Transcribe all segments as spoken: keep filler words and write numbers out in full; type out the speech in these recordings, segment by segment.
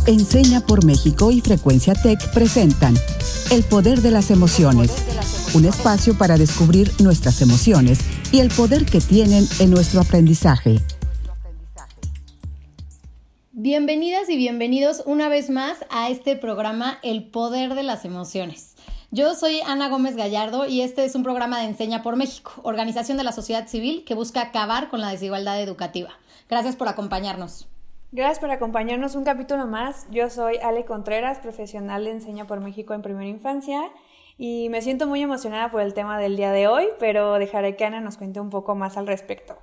Enseña por México y Frecuencia Tech presentan El Poder de las Emociones, un espacio para descubrir nuestras emociones y el poder que tienen en nuestro aprendizaje. Bienvenidas y bienvenidos una vez más a este programa El Poder de las Emociones. Yo soy Ana Gómez Gallardo y este es un programa de Enseña por México, organización de la sociedad civil que busca acabar con la desigualdad educativa. Gracias por acompañarnos. Gracias por acompañarnos un capítulo más. Yo soy Ale Contreras, profesional de Enseña por México en Primera Infancia, y me siento muy emocionada por el tema del día de hoy, pero dejaré que Ana nos cuente un poco más al respecto.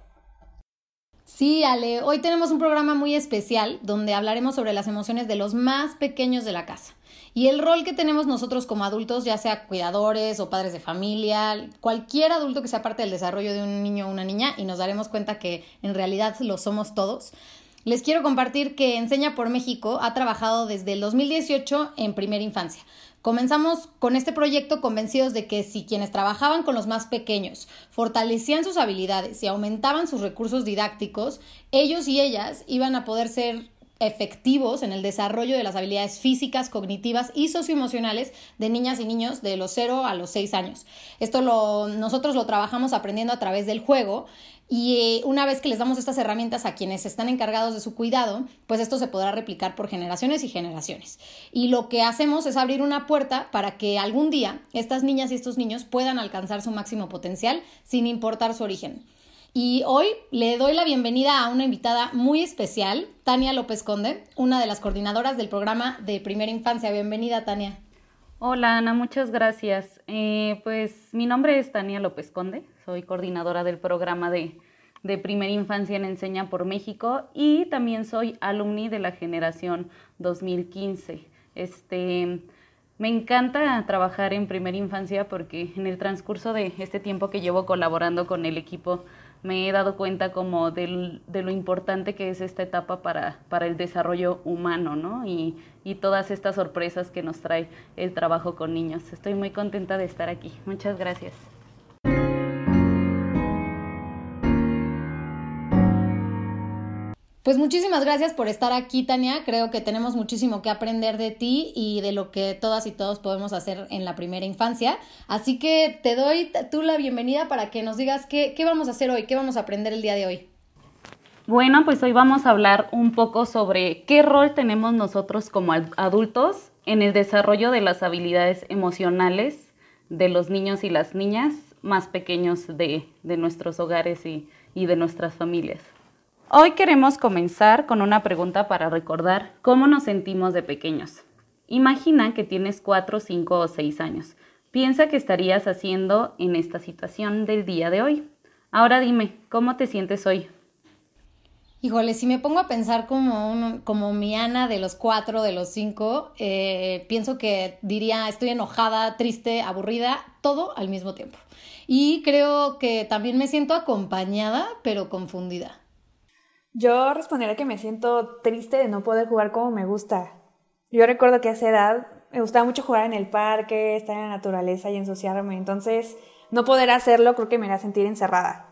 Sí, Ale, hoy tenemos un programa muy especial donde hablaremos sobre las emociones de los más pequeños de la casa y el rol que tenemos nosotros como adultos, ya sea cuidadores o padres de familia, cualquier adulto que sea parte del desarrollo de un niño o una niña, y nos daremos cuenta que en realidad lo somos todos. Les quiero compartir que Enseña por México ha trabajado desde el dos mil dieciocho en primera infancia. Comenzamos con este proyecto convencidos de que si quienes trabajaban con los más pequeños fortalecían sus habilidades y aumentaban sus recursos didácticos, ellos y ellas iban a poder ser efectivos en el desarrollo de las habilidades físicas, cognitivas y socioemocionales de niñas y niños de los cero a los seis años. Esto lo, nosotros lo trabajamos aprendiendo a través del juego. Y una vez que les damos estas herramientas a quienes están encargados de su cuidado, pues esto se podrá replicar por generaciones y generaciones. Y lo que hacemos es abrir una puerta para que algún día estas niñas y estos niños puedan alcanzar su máximo potencial sin importar su origen. Y hoy le doy la bienvenida a una invitada muy especial, Tania López Conde, una de las coordinadoras del programa de Primera Infancia. Bienvenida, Tania. Hola, Ana, muchas gracias. Eh, pues mi nombre es Tania López Conde, soy coordinadora del programa de, de Primera Infancia en Enseña por México y también soy alumni de la generación dos mil quince. Este, me encanta trabajar en Primera Infancia porque en el transcurso de este tiempo que llevo colaborando con el equipo me he dado cuenta como del, de lo importante que es esta etapa para, para el desarrollo humano, ¿no? Y, y todas estas sorpresas que nos trae el trabajo con niños. Estoy muy contenta de estar aquí. Muchas gracias. Pues muchísimas gracias por estar aquí, Tania. Creo que tenemos muchísimo que aprender de ti y de lo que todas y todos podemos hacer en la primera infancia. Así que te doy tú la bienvenida para que nos digas qué, qué vamos a hacer hoy, qué vamos a aprender el día de hoy. Bueno, pues hoy vamos a hablar un poco sobre qué rol tenemos nosotros como adultos en el desarrollo de las habilidades emocionales de los niños y las niñas más pequeños de, de nuestros hogares y, y de nuestras familias. Hoy queremos comenzar con una pregunta para recordar cómo nos sentimos de pequeños. Imagina que tienes cuatro, cinco o seis años. Piensa qué estarías haciendo en esta situación del día de hoy. Ahora dime, ¿cómo te sientes hoy? Híjole, si me pongo a pensar como, un, como mi Ana de los cuatro, de los cinco, eh, pienso que diría estoy enojada, triste, aburrida, todo al mismo tiempo. Y creo que también me siento acompañada, pero confundida. Yo respondería que me siento triste de no poder jugar como me gusta. Yo recuerdo que a esa edad me gustaba mucho jugar en el parque, estar en la naturaleza y ensuciarme. Entonces, no poder hacerlo creo que me hará sentir encerrada.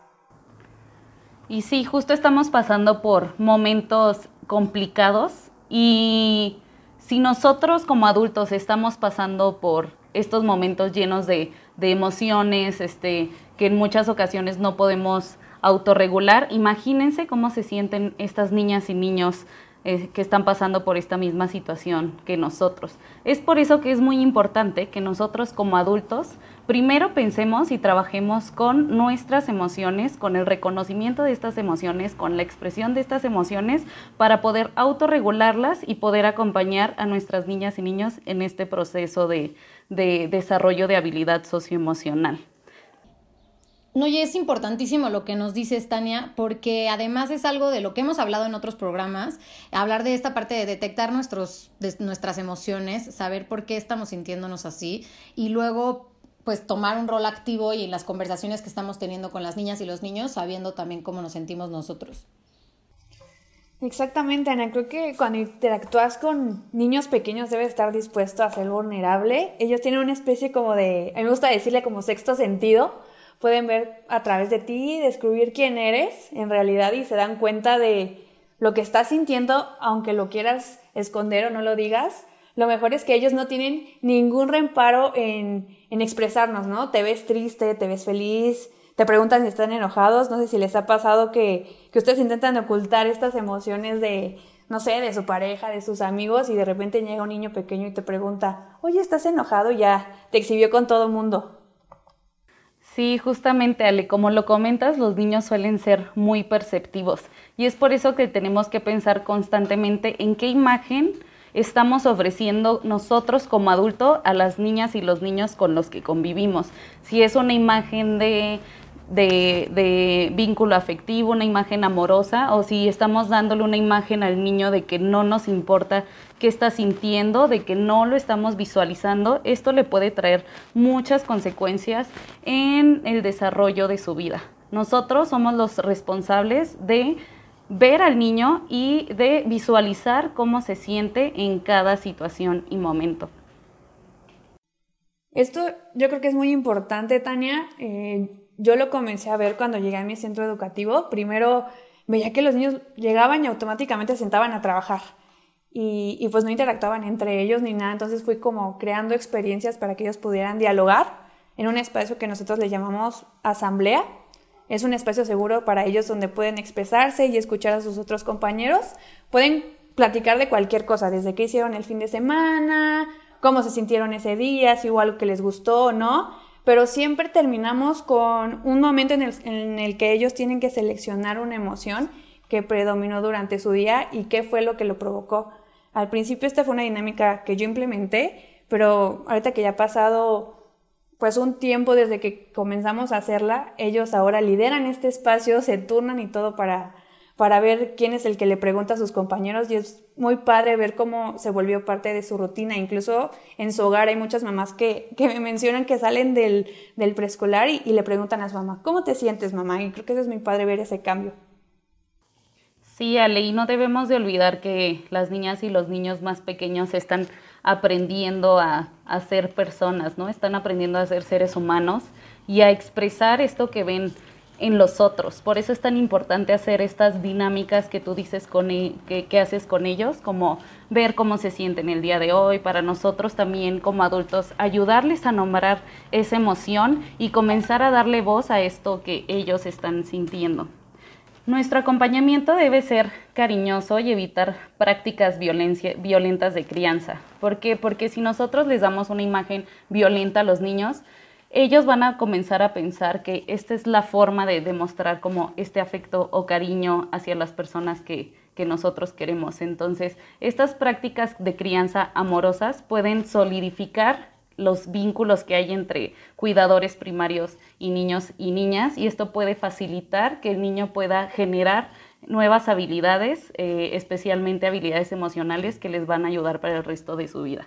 Y sí, justo estamos pasando por momentos complicados y si nosotros como adultos estamos pasando por estos momentos llenos de, de emociones, este, que en muchas ocasiones no podemos autorregular, imagínense cómo se sienten estas niñas y niños eh, que están pasando por esta misma situación que nosotros. Es por eso que es muy importante que nosotros como adultos primero pensemos y trabajemos con nuestras emociones, con el reconocimiento de estas emociones, con la expresión de estas emociones para poder autorregularlas y poder acompañar a nuestras niñas y niños en este proceso de, de desarrollo de habilidad socioemocional. No, y es importantísimo lo que nos dices, Tania, porque además es algo de lo que hemos hablado en otros programas, hablar de esta parte de detectar nuestros, de nuestras emociones, saber por qué estamos sintiéndonos así y luego pues tomar un rol activo y en las conversaciones que estamos teniendo con las niñas y los niños, sabiendo también cómo nos sentimos nosotros. Exactamente, Ana. Creo que cuando interactúas con niños pequeños debes estar dispuesto a ser vulnerable. Ellos tienen una especie como de, a mí me gusta decirle como sexto sentido. Pueden ver a través de ti, descubrir quién eres en realidad y se dan cuenta de lo que estás sintiendo, aunque lo quieras esconder o no lo digas, lo mejor es que ellos no tienen ningún reparo en, en expresarnos, ¿no? Te ves triste, te ves feliz, te preguntan si están enojados. No sé si les ha pasado que, que ustedes intentan ocultar estas emociones de, no sé, de su pareja, de sus amigos, y de repente llega un niño pequeño y te pregunta, oye, ¿estás enojado? Y ya te exhibió con todo el mundo. Sí, justamente, Ale, como lo comentas, los niños suelen ser muy perceptivos y es por eso que tenemos que pensar constantemente en qué imagen estamos ofreciendo nosotros como adulto a las niñas y los niños con los que convivimos. Si es una imagen de, de, de vínculo afectivo, una imagen amorosa, o si estamos dándole una imagen al niño de que no nos importa qué está sintiendo, de que no lo estamos visualizando, esto le puede traer muchas consecuencias en el desarrollo de su vida. Nosotros somos los responsables de ver al niño y de visualizar cómo se siente en cada situación y momento. Esto yo creo que es muy importante, Tania. Eh, yo lo comencé a ver cuando llegué a mi centro educativo. Primero veía que los niños llegaban y automáticamente se sentaban a trabajar y, y pues no interactuaban entre ellos ni nada. Entonces fui como creando experiencias para que ellos pudieran dialogar en un espacio que nosotros le llamamos asamblea. Es un espacio seguro para ellos donde pueden expresarse y escuchar a sus otros compañeros. Pueden platicar de cualquier cosa, desde qué hicieron el fin de semana, cómo se sintieron ese día, si hubo algo que les gustó o no, pero siempre terminamos con un momento en el, en el que ellos tienen que seleccionar una emoción que predominó durante su día y qué fue lo que lo provocó. Al principio esta fue una dinámica que yo implementé, pero ahorita que ya ha pasado pues un tiempo desde que comenzamos a hacerla, ellos ahora lideran este espacio, se turnan y todo para, para ver quién es el que le pregunta a sus compañeros, y es muy padre ver cómo se volvió parte de su rutina. Incluso en su hogar hay muchas mamás que, que me mencionan que salen del, del preescolar y, y le preguntan a su mamá, ¿cómo te sientes, mamá? Y creo que eso es muy padre, ver ese cambio. Sí, Ale, y no debemos de olvidar que las niñas y los niños más pequeños están aprendiendo a, a ser personas, ¿no? Están aprendiendo a ser seres humanos y a expresar esto que ven en los otros. Por eso es tan importante hacer estas dinámicas que tú dices con e- que, que haces con ellos, como ver cómo se sienten el día de hoy, para nosotros también como adultos ayudarles a nombrar esa emoción y comenzar a darle voz a esto que ellos están sintiendo. Nuestro acompañamiento debe ser cariñoso y evitar prácticas violencia, violentas de crianza. ¿Por qué? Porque si nosotros les damos una imagen violenta a los niños, ellos van a comenzar a pensar que esta es la forma de demostrar como este afecto o cariño hacia las personas que, que nosotros queremos. Entonces, estas prácticas de crianza amorosas pueden solidificar los vínculos que hay entre cuidadores primarios y niños y niñas, y esto puede facilitar que el niño pueda generar nuevas habilidades, eh, especialmente habilidades emocionales que les van a ayudar para el resto de su vida.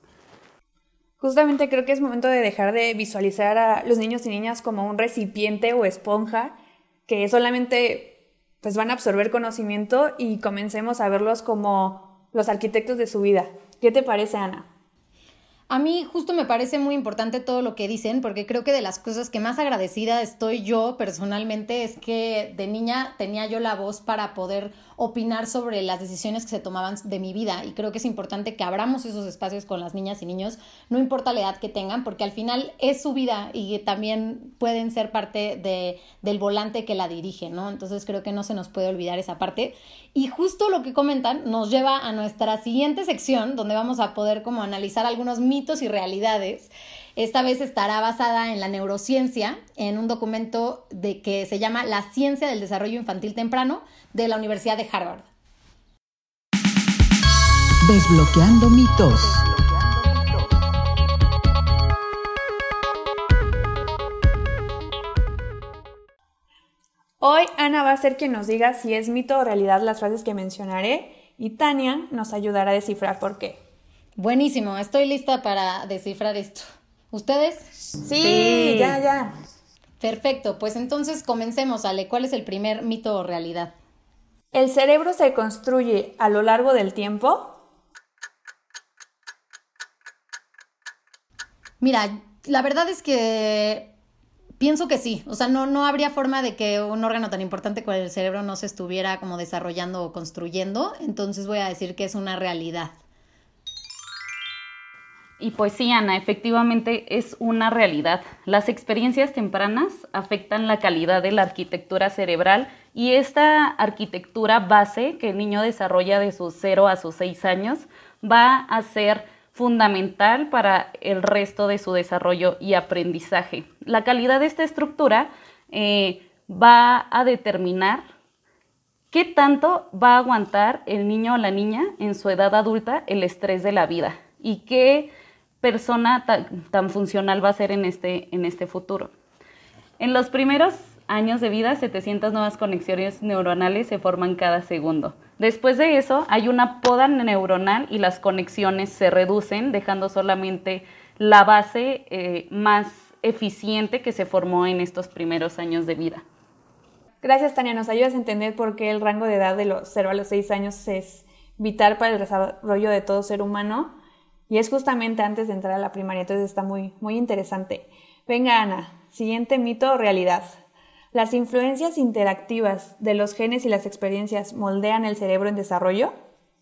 Justamente creo que es momento de dejar de visualizar a los niños y niñas como un recipiente o esponja que solamente pues, van a absorber conocimiento, y comencemos a verlos como los arquitectos de su vida. ¿Qué te parece, Ana? A mí justo me parece muy importante todo lo que dicen, porque creo que de las cosas que más agradecida estoy yo personalmente es que de niña tenía yo la voz para poder opinar sobre las decisiones que se tomaban de mi vida, y creo que es importante que abramos esos espacios con las niñas y niños, no importa la edad que tengan, porque al final es su vida y también pueden ser parte de, del volante que la dirige, ¿no? Entonces creo que no se nos puede olvidar esa parte. Y justo lo que comentan nos lleva a nuestra siguiente sección, donde vamos a poder como analizar algunos mitos y realidades. Esta vez estará basada en la neurociencia, en un documento de que se llama La ciencia del desarrollo infantil temprano, de la Universidad de Harvard. Desbloqueando mitos. Hoy Ana va a ser quien nos diga si es mito o realidad las frases que mencionaré, y Tania nos ayudará a descifrar por qué. Buenísimo, estoy lista para descifrar esto. ¿Ustedes? Sí, sí. ya, ya. Perfecto, pues entonces comencemos, Ale. ¿Cuál es el primer mito o realidad? ¿El cerebro se construye a lo largo del tiempo? Mira, la verdad es que Pienso que sí, o sea, no, no habría forma de que un órgano tan importante como el cerebro no se estuviera como desarrollando o construyendo, entonces voy a decir que es una realidad. Y pues sí, Ana, efectivamente es una realidad. Las experiencias tempranas afectan la calidad de la arquitectura cerebral y esta arquitectura base que el niño desarrolla de sus cero a sus seis años va a ser fundamental para el resto de su desarrollo y aprendizaje. La calidad de esta estructura eh, va a determinar qué tanto va a aguantar el niño o la niña en su edad adulta el estrés de la vida y qué persona tan, tan funcional va a ser en este, en este futuro. En los primeros años de vida, setecientas nuevas conexiones neuronales se forman cada segundo. Después de eso, hay una poda neuronal y las conexiones se reducen, dejando solamente la base eh, más eficiente que se formó en estos primeros años de vida. Gracias, Tania. Nos ayudas a entender por qué el rango de edad de los cero a los seis años es vital para el desarrollo de todo ser humano y es justamente antes de entrar a la primaria, entonces está muy, muy interesante. Venga, Ana, siguiente mito o realidad. ¿Las influencias interactivas de los genes y las experiencias moldean el cerebro en desarrollo?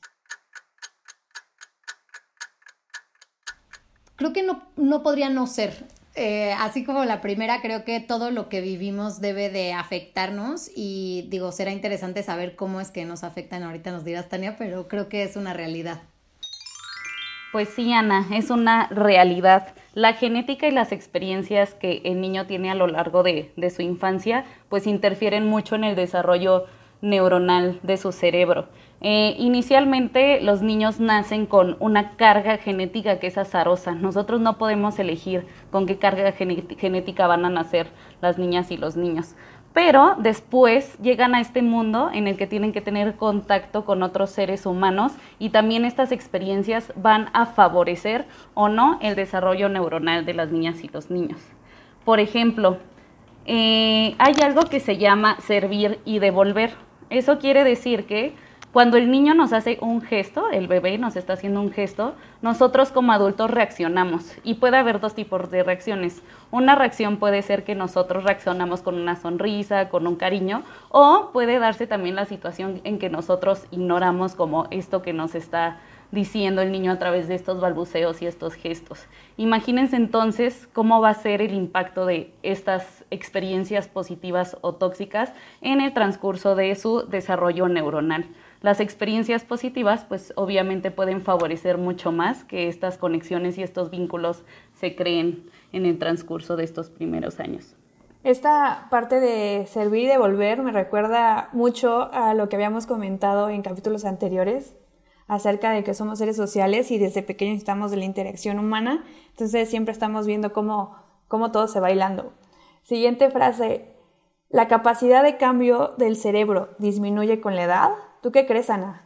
Creo que no, no podría no ser. Eh, así como la primera, creo que todo lo que vivimos debe de afectarnos y digo, será interesante saber cómo es que nos afectan. Ahorita nos dirás, Tania, pero creo que es una realidad. Pues sí, Ana, es una realidad. La genética y las experiencias que el niño tiene a lo largo de, de su infancia, pues interfieren mucho en el desarrollo neuronal de su cerebro. Eh, inicialmente los niños nacen con una carga genética que es azarosa. Nosotros no podemos elegir con qué carga genética van a nacer las niñas y los niños. Pero después llegan a este mundo en el que tienen que tener contacto con otros seres humanos y también estas experiencias van a favorecer o no el desarrollo neuronal de las niñas y los niños. Por ejemplo, eh, hay algo que se llama servir y devolver. Eso quiere decir que cuando el niño nos hace un gesto, el bebé nos está haciendo un gesto, nosotros como adultos reaccionamos y puede haber dos tipos de reacciones. Una reacción puede ser que nosotros reaccionamos con una sonrisa, con un cariño, o puede darse también la situación en que nosotros ignoramos como esto que nos está diciendo el niño a través de estos balbuceos y estos gestos. Imagínense entonces cómo va a ser el impacto de estas experiencias positivas o tóxicas en el transcurso de su desarrollo neuronal. Las experiencias positivas, pues obviamente pueden favorecer mucho más que estas conexiones y estos vínculos se creen en el transcurso de estos primeros años. Esta parte de servir y devolver me recuerda mucho a lo que habíamos comentado en capítulos anteriores acerca de que somos seres sociales y desde pequeños necesitamos de la interacción humana, entonces siempre estamos viendo cómo, cómo todo se va hilando. Siguiente frase, ¿la capacidad de cambio del cerebro disminuye con la edad? ¿Tú qué crees, Ana?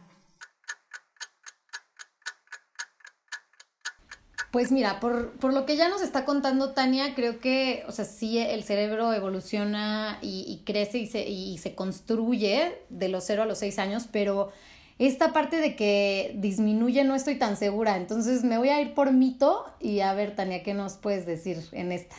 Pues mira, por, por lo que ya nos está contando Tania, creo que, o sea, sí el cerebro evoluciona y, y crece y se, y se construye de los cero a los seis años, pero esta parte de que disminuye no estoy tan segura, entonces me voy a ir por mito y a ver, Tania, ¿qué nos puedes decir en esta?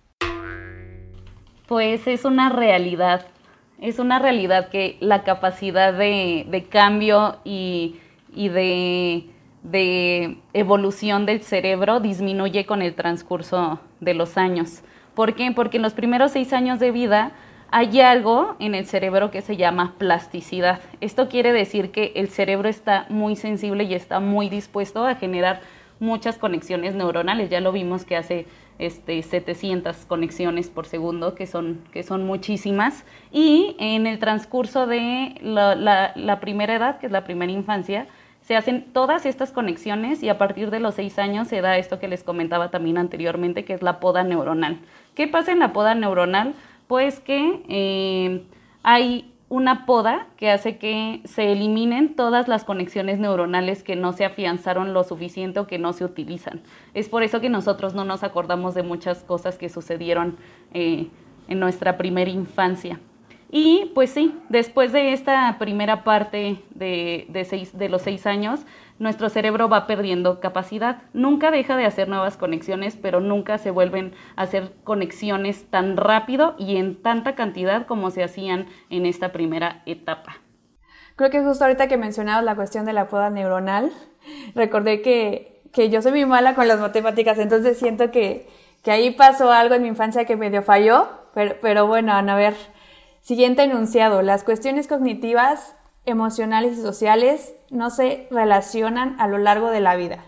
Pues es una realidad, es una realidad que la capacidad de, de cambio y, y de, de evolución del cerebro disminuye con el transcurso de los años. ¿Por qué? Porque en los primeros seis años de vida hay algo en el cerebro que se llama plasticidad. Esto quiere decir que el cerebro está muy sensible y está muy dispuesto a generar muchas conexiones neuronales. Ya lo vimos que hace este, setecientas conexiones por segundo, que son, que son muchísimas. Y en el transcurso de la, la, la primera edad, que es la primera infancia, se hacen todas estas conexiones y a partir de los seis años se da esto que les comentaba también anteriormente, que es la poda neuronal. ¿Qué pasa en la poda neuronal? Pues que eh, hay una poda que hace que se eliminen todas las conexiones neuronales que no se afianzaron lo suficiente o que no se utilizan. Es por eso que nosotros no nos acordamos de muchas cosas que sucedieron eh, en nuestra primera infancia. Y pues sí, después de esta primera parte de, de, seis, de los seis años, nuestro cerebro va perdiendo capacidad. Nunca deja de hacer nuevas conexiones, pero nunca se vuelven a hacer conexiones tan rápido y en tanta cantidad como se hacían en esta primera etapa. Creo que justo ahorita que mencionabas la cuestión de la poda neuronal, recordé que, que yo soy muy mala con las matemáticas, entonces siento que, que ahí pasó algo en mi infancia que medio falló, pero, pero bueno, Ana, a ver, siguiente enunciado. Las cuestiones cognitivas, emocionales y sociales no se relacionan a lo largo de la vida.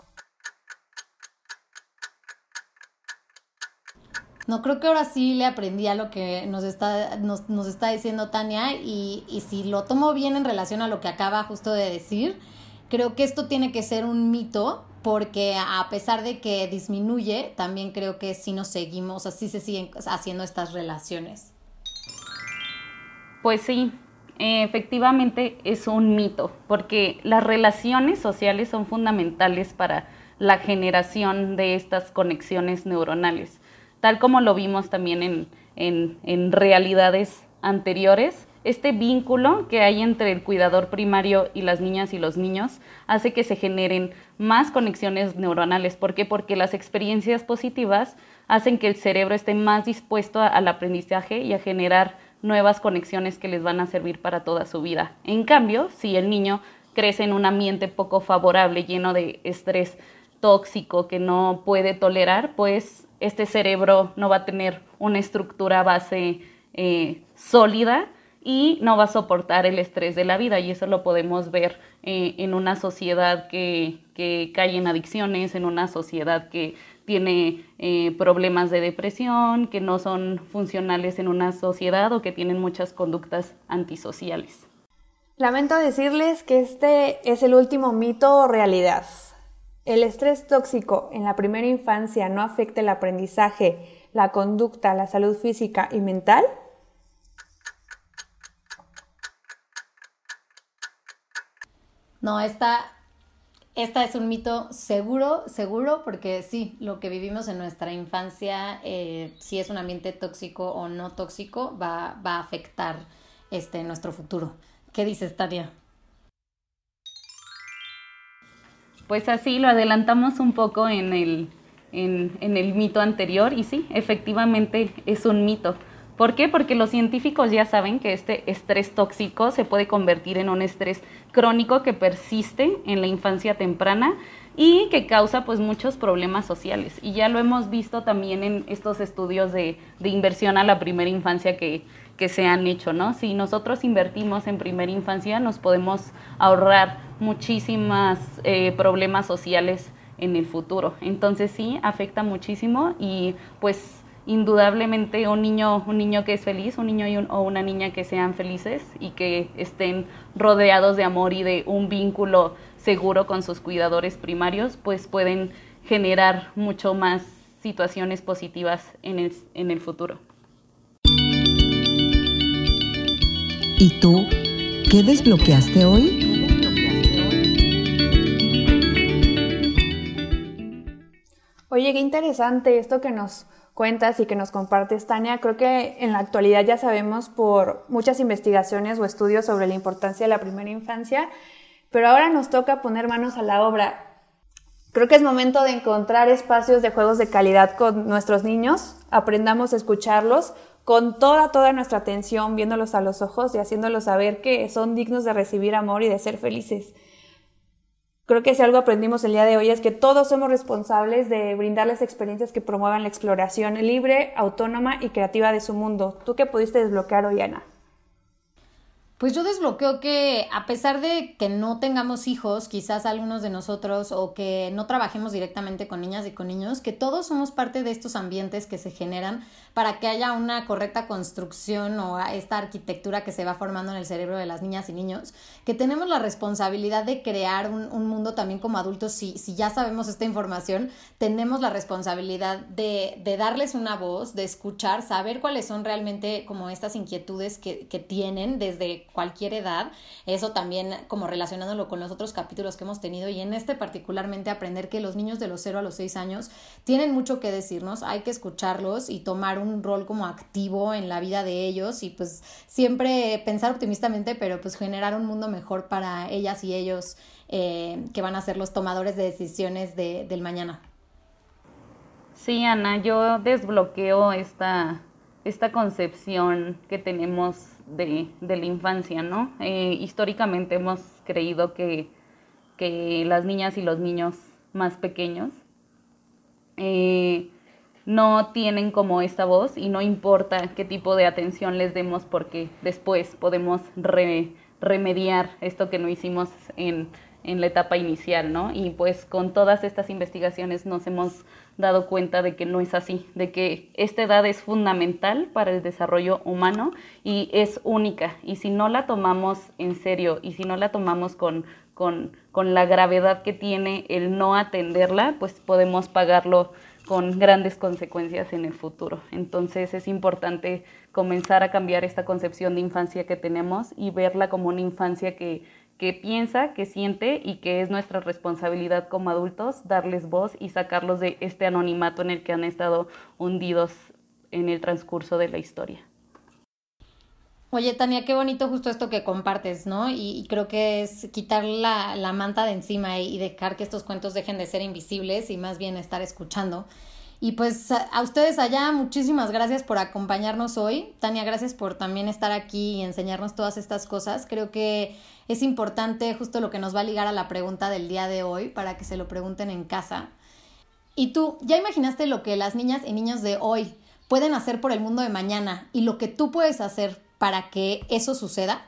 No, creo que ahora sí le aprendí a lo que nos está, nos, nos está diciendo Tania y, y si lo tomo bien en relación a lo que acaba justo de decir, creo que esto tiene que ser un mito porque a pesar de que disminuye, también creo que sí nos seguimos, así se siguen haciendo estas relaciones. Pues sí. Efectivamente es un mito, porque las relaciones sociales son fundamentales para la generación de estas conexiones neuronales, tal como lo vimos también en, en, en realidades anteriores. Este vínculo que hay entre el cuidador primario y las niñas y los niños hace que se generen más conexiones neuronales. ¿Por qué? Porque las experiencias positivas hacen que el cerebro esté más dispuesto al aprendizaje y a generar nuevas conexiones que les van a servir para toda su vida. En cambio, si el niño crece en un ambiente poco favorable, lleno de estrés tóxico que no puede tolerar, pues este cerebro no va a tener una estructura base eh, sólida y no va a soportar el estrés de la vida. Y eso lo podemos ver eh, en una sociedad que, que cae en adicciones, en una sociedad que tiene eh, problemas de depresión, que no son funcionales en una sociedad o que tienen muchas conductas antisociales. Lamento decirles que este es el último mito o realidad. El estrés tóxico en la primera infancia no afecta el aprendizaje, la conducta, la salud física y mental. No, esta... Esta es un mito seguro, seguro, porque sí, lo que vivimos en nuestra infancia, eh, si es un ambiente tóxico o no tóxico, va, va a afectar este, nuestro futuro. ¿Qué dices, Tania? Pues así lo adelantamos un poco en el, en, en el mito anterior y sí, efectivamente es un mito. ¿Por qué? Porque los científicos ya saben que este estrés tóxico se puede convertir en un estrés crónico que persiste en la infancia temprana y que causa pues muchos problemas sociales. Y ya lo hemos visto también en estos estudios de, de inversión a la primera infancia que, que se han hecho, ¿no? Si nosotros invertimos en primera infancia nos podemos ahorrar muchísimos eh, problemas sociales en el futuro. Entonces sí, afecta muchísimo y pues indudablemente un niño, un niño que es feliz, un niño y un, o una niña que sean felices y que estén rodeados de amor y de un vínculo seguro con sus cuidadores primarios, pues pueden generar mucho más situaciones positivas en el, en el futuro. ¿Y tú qué desbloqueaste hoy? Oye, qué interesante esto que nos cuentas y que nos compartes, Tania. Creo que en la actualidad ya sabemos por muchas investigaciones o estudios sobre la importancia de la primera infancia, pero ahora nos toca poner manos a la obra. Creo que es momento de encontrar espacios de juegos de calidad con nuestros niños, aprendamos a escucharlos con toda, toda nuestra atención, viéndolos a los ojos y haciéndolos saber que son dignos de recibir amor y de ser felices. Creo que si algo aprendimos el día de hoy es que todos somos responsables de brindarles experiencias que promuevan la exploración libre, autónoma y creativa de su mundo. ¿Tú qué pudiste desbloquear hoy, Ana? Pues yo desbloqueo que a pesar de que no tengamos hijos, quizás algunos de nosotros, o que no trabajemos directamente con niñas y con niños, que todos somos parte de estos ambientes que se generan para que haya una correcta construcción o esta arquitectura que se va formando en el cerebro de las niñas y niños, que tenemos la responsabilidad de crear un, un mundo también como adultos. Si, si ya sabemos esta información, tenemos la responsabilidad de, de darles una voz, de escuchar, saber cuáles son realmente como estas inquietudes que, que tienen desde cualquier edad. Eso también como relacionándolo con los otros capítulos que hemos tenido, y en este particularmente aprender que los niños de los cero a los seis años tienen mucho que decirnos, hay que escucharlos y tomar un rol como activo en la vida de ellos y pues siempre pensar optimistamente, pero pues generar un mundo mejor para ellas y ellos eh, que van a ser los tomadores de decisiones de, del mañana. Sí, Ana, yo desbloqueo esta, esta concepción que tenemos de, de la infancia, ¿no? Eh, históricamente hemos creído que, que las niñas y los niños más pequeños eh, no tienen como esta voz y no importa qué tipo de atención les demos porque después podemos re, remediar esto que no hicimos en, en la etapa inicial, ¿no? Y pues con todas estas investigaciones nos hemos dado cuenta de que no es así, de que esta edad es fundamental para el desarrollo humano y es única. Y si no la tomamos en serio y si no la tomamos con, con, con la gravedad que tiene el no atenderla, pues podemos pagarlo con grandes consecuencias en el futuro. Entonces es importante comenzar a cambiar esta concepción de infancia que tenemos y verla como una infancia que, que piensa, que siente y que es nuestra responsabilidad como adultos darles voz y sacarlos de este anonimato en el que han estado hundidos en el transcurso de la historia. Oye, Tania, qué bonito justo esto que compartes, ¿no? Y, y creo que es quitar la, la manta de encima y, y dejar que estos cuentos dejen de ser invisibles y más bien estar escuchando. Y pues a, a ustedes allá, muchísimas gracias por acompañarnos hoy. Tania, gracias por también estar aquí y enseñarnos todas estas cosas. Creo que es importante justo lo que nos va a ligar a la pregunta del día de hoy para que se lo pregunten en casa. Y tú, ¿ya imaginaste lo que las niñas y niños de hoy pueden hacer por el mundo de mañana y lo que tú puedes hacer para que eso suceda?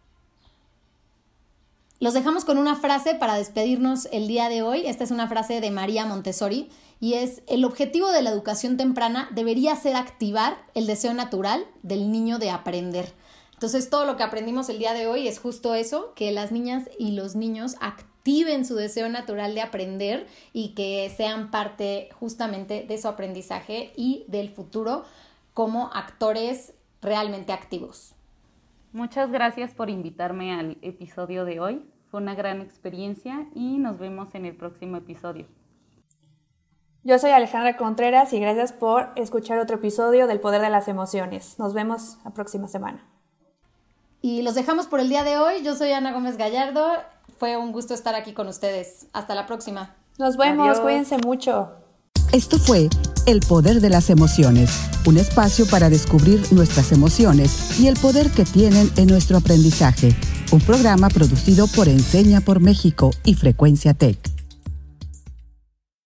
Los dejamos con una frase para despedirnos el día de hoy. Esta es una frase de María Montessori y es: el objetivo de la educación temprana debería ser activar el deseo natural del niño de aprender. Entonces todo lo que aprendimos el día de hoy es justo eso, que las niñas y los niños activen su deseo natural de aprender y que sean parte justamente de su aprendizaje y del futuro como actores realmente activos. Muchas gracias por invitarme al episodio de hoy. Fue una gran experiencia y nos vemos en el próximo episodio. Yo soy Alejandra Contreras y gracias por escuchar otro episodio del Poder de las Emociones. Nos vemos la próxima semana. Y los dejamos por el día de hoy. Yo soy Ana Gómez Gallardo. Fue un gusto estar aquí con ustedes. Hasta la próxima. Nos vemos. Adiós. Cuídense mucho. Esto fue El Poder de las Emociones, un espacio para descubrir nuestras emociones y el poder que tienen en nuestro aprendizaje. Un programa producido por Enseña por México y Frecuencia Tech.